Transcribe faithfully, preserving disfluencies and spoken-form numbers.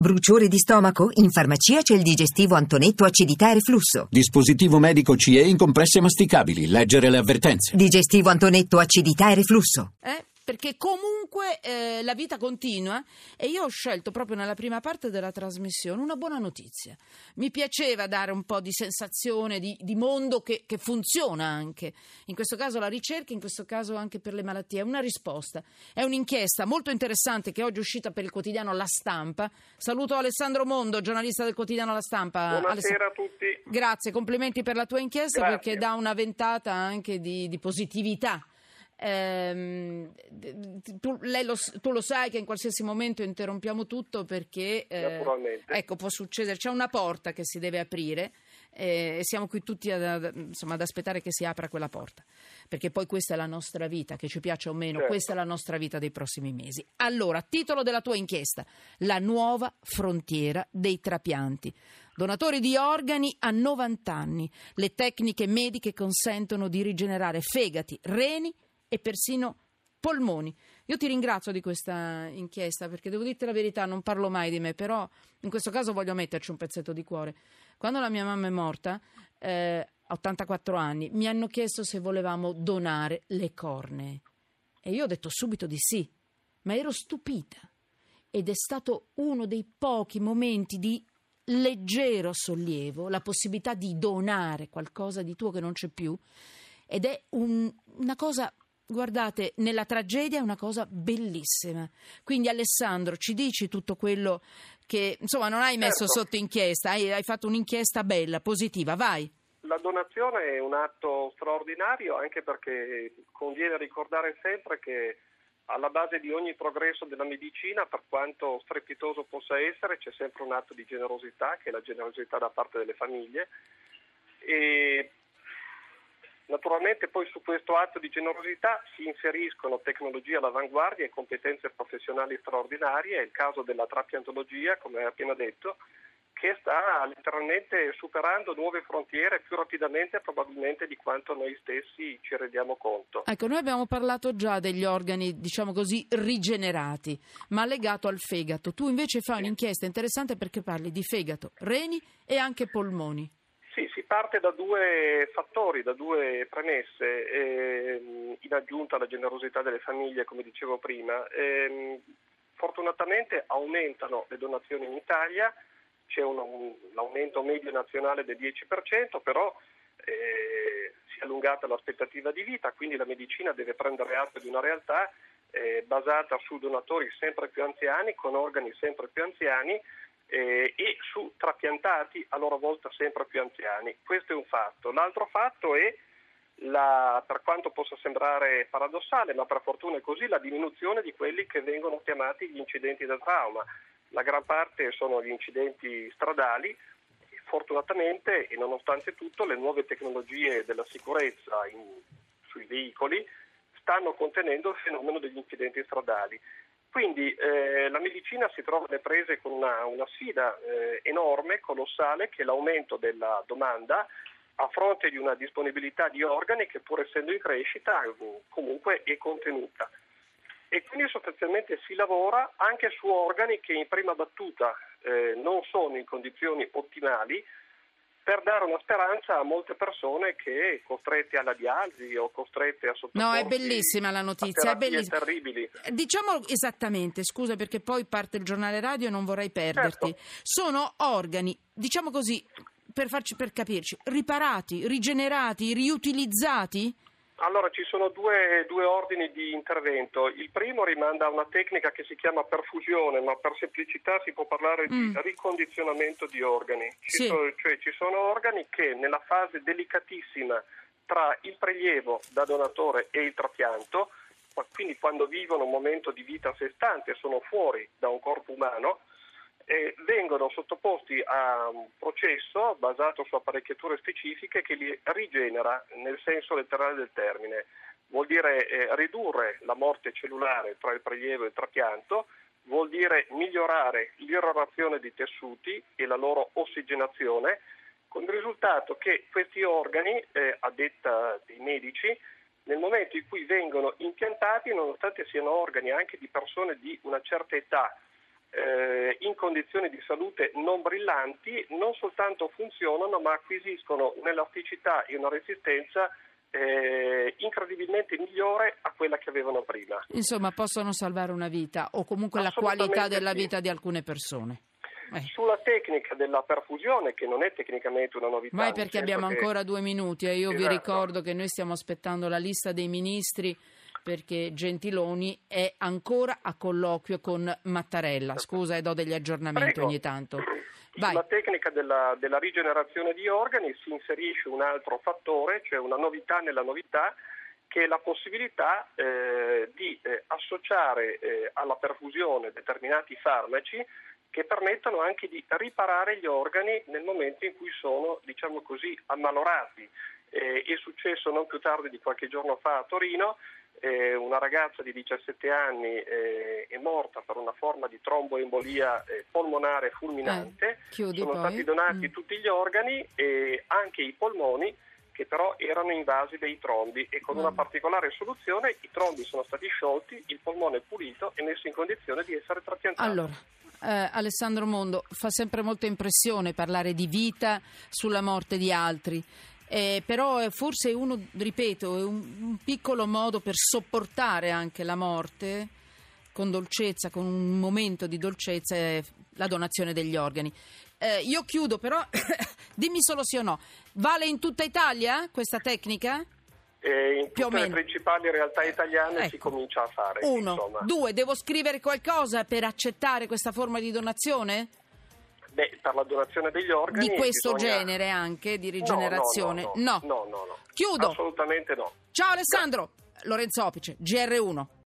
Bruciore di stomaco? In farmacia c'è il digestivo Antonetto acidità e reflusso. Dispositivo medico C E in compresse masticabili. Leggere le avvertenze. Digestivo Antonetto acidità e reflusso. Eh? Perché comunque eh, la vita continua e io ho scelto proprio nella prima parte della trasmissione una buona notizia. Mi piaceva dare un po' di sensazione di, di mondo che, che funziona anche. In questo caso la ricerca, in questo caso anche per le malattie. È una risposta, è un'inchiesta molto interessante che oggi è uscita per il quotidiano La Stampa. Saluto Alessandro Mondo, giornalista del quotidiano La Stampa. Buonasera a tutti. Grazie, complimenti per la tua inchiesta. Grazie. Perché dà una ventata anche di, di positività. Eh, tu, lei lo, tu lo sai che in qualsiasi momento interrompiamo tutto perché eh, ecco, può succedere, c'è una porta che si deve aprire eh, e siamo qui tutti ad, ad, insomma, ad aspettare che si apra quella porta, perché poi questa è la nostra vita, che ci piaccia o meno, certo. Questa è la nostra vita dei prossimi mesi. Allora, titolo della tua inchiesta: la nuova frontiera dei trapianti. Donatori di organi a novanta anni, le tecniche mediche consentono di rigenerare fegati, reni e persino polmoni. Io ti ringrazio di questa inchiesta, perché devo dirti la verità, non parlo mai di me, però in questo caso voglio metterci un pezzetto di cuore. Quando la mia mamma è morta, eh, a ottantaquattro anni, mi hanno chiesto se volevamo donare le cornee e io ho detto subito di sì, ma ero stupita ed è stato uno dei pochi momenti di leggero sollievo, la possibilità di donare qualcosa di tuo che non c'è più, ed è un, una cosa, guardate, nella tragedia è una cosa bellissima. Quindi Alessandro, ci dici tutto quello che, insomma, non hai messo certo. sotto inchiesta, hai, hai fatto un'inchiesta bella, positiva, vai. La donazione è un atto straordinario, anche perché conviene ricordare sempre che alla base di ogni progresso della medicina, per quanto strepitoso possa essere, c'è sempre un atto di generosità, che è la generosità da parte delle famiglie, e naturalmente poi su questo atto di generosità si inseriscono tecnologie all'avanguardia e competenze professionali straordinarie. È il caso della trapiantologia, come hai appena detto, che sta letteralmente superando nuove frontiere più rapidamente probabilmente di quanto noi stessi ci rendiamo conto. Ecco, noi abbiamo parlato già degli organi, diciamo così, rigenerati, ma legato al fegato. Tu invece fai sì. un'inchiesta interessante perché parli di fegato, reni e anche polmoni. Sì, si parte da due fattori, da due premesse, eh, in aggiunta alla generosità delle famiglie, come dicevo prima. Eh, fortunatamente aumentano le donazioni in Italia, c'è un, un aumento medio nazionale del dieci per cento, però eh, si è allungata l'aspettativa di vita, quindi la medicina deve prendere atto di una realtà eh, basata su donatori sempre più anziani, con organi sempre più anziani, Eh, e su trapiantati a loro volta sempre più anziani. Questo è un fatto. L'altro fatto è, la, per quanto possa sembrare paradossale, ma per fortuna è così, la diminuzione di quelli che vengono chiamati gli incidenti da trauma. La gran parte sono gli incidenti stradali. Fortunatamente e nonostante tutto le nuove tecnologie della sicurezza in, sui veicoli stanno contenendo il fenomeno degli incidenti stradali. Quindi eh, la medicina si trova alle prese con una, una sfida eh, enorme, colossale, che è l'aumento della domanda a fronte di una disponibilità di organi che, pur essendo in crescita, comunque è contenuta. E quindi sostanzialmente si lavora anche su organi che in prima battuta eh, non sono in condizioni ottimali, per dare una speranza a molte persone che costrette alla dialisi o costrette a sottoporsi No, è bellissima la notizia, a è bellissima. terribili. Diciamo esattamente, scusa perché poi parte il giornale radio e non vorrei perderti. Certo. Sono organi, diciamo così, per farci per capirci, riparati, rigenerati, riutilizzati? Allora, ci sono due, due ordini di intervento. Il primo rimanda a una tecnica che si chiama perfusione, ma per semplicità si può parlare di mm. ricondizionamento di organi. Ci sì. so, cioè ci sono organi che nella fase delicatissima tra il prelievo da donatore e il trapianto, quindi quando vivono un momento di vita a sé stante, sono fuori da un corpo umano, e vengono sottoposti a un processo basato su apparecchiature specifiche che li rigenera nel senso letterale del termine. Vuol dire eh, ridurre la morte cellulare tra il prelievo e il trapianto, vuol dire migliorare l'irrorazione dei tessuti e la loro ossigenazione, con il risultato che questi organi, eh, a detta dei medici, nel momento in cui vengono impiantati, nonostante siano organi anche di persone di una certa età, eh, in condizioni di salute non brillanti non soltanto funzionano, ma acquisiscono un'elasticità e una resistenza Eh, incredibilmente migliore a quella che avevano prima. Insomma, possono salvare una vita o comunque la qualità della vita sì. di alcune persone. Eh. Sulla tecnica della perfusione, che non è tecnicamente una novità. Ma è perché abbiamo che... ancora due minuti e io esatto. vi ricordo che noi stiamo aspettando la lista dei ministri perché Gentiloni è ancora a colloquio con Mattarella. Scusa, e do degli aggiornamenti Prego. ogni tanto. Vai. Sulla tecnica della, della rigenerazione di organi si inserisce un altro fattore, cioè una novità nella novità, che è la possibilità eh, di eh, associare eh, alla perfusione determinati farmaci che permettono anche di riparare gli organi nel momento in cui sono, diciamo così, ammalorati. Eh, è successo non più tardi di qualche giorno fa a Torino. Eh, una ragazza di diciassette anni eh, è morta per una forma di tromboembolia eh, polmonare fulminante. Eh, Sono poi. stati donati mm. tutti gli organi e anche i polmoni, che però erano invasi dai trombi, e con mm. una particolare soluzione i trombi sono stati sciolti, il polmone è pulito e messo in condizione di essere trapiantato. Allora, eh, Alessandro Mondo, fa sempre molta impressione parlare di vita sulla morte di altri. Eh, però forse uno, ripeto, è un, un piccolo modo per sopportare anche la morte con dolcezza, con un momento di dolcezza, è la donazione degli organi. Eh, io chiudo però, dimmi solo sì o no, vale in tutta Italia questa tecnica? Eh, in Più tutte o le meno. principali realtà italiane ecco. si comincia a fare. Uno, insomma. Due, devo scrivere qualcosa per accettare questa forma di donazione? Beh, per la donazione degli organi di questo bisogna... genere anche, di rigenerazione? No, no, no. no. no. no, no, no. Chiudo. Assolutamente no. Ciao Alessandro. Lorenzo Opice, G R uno.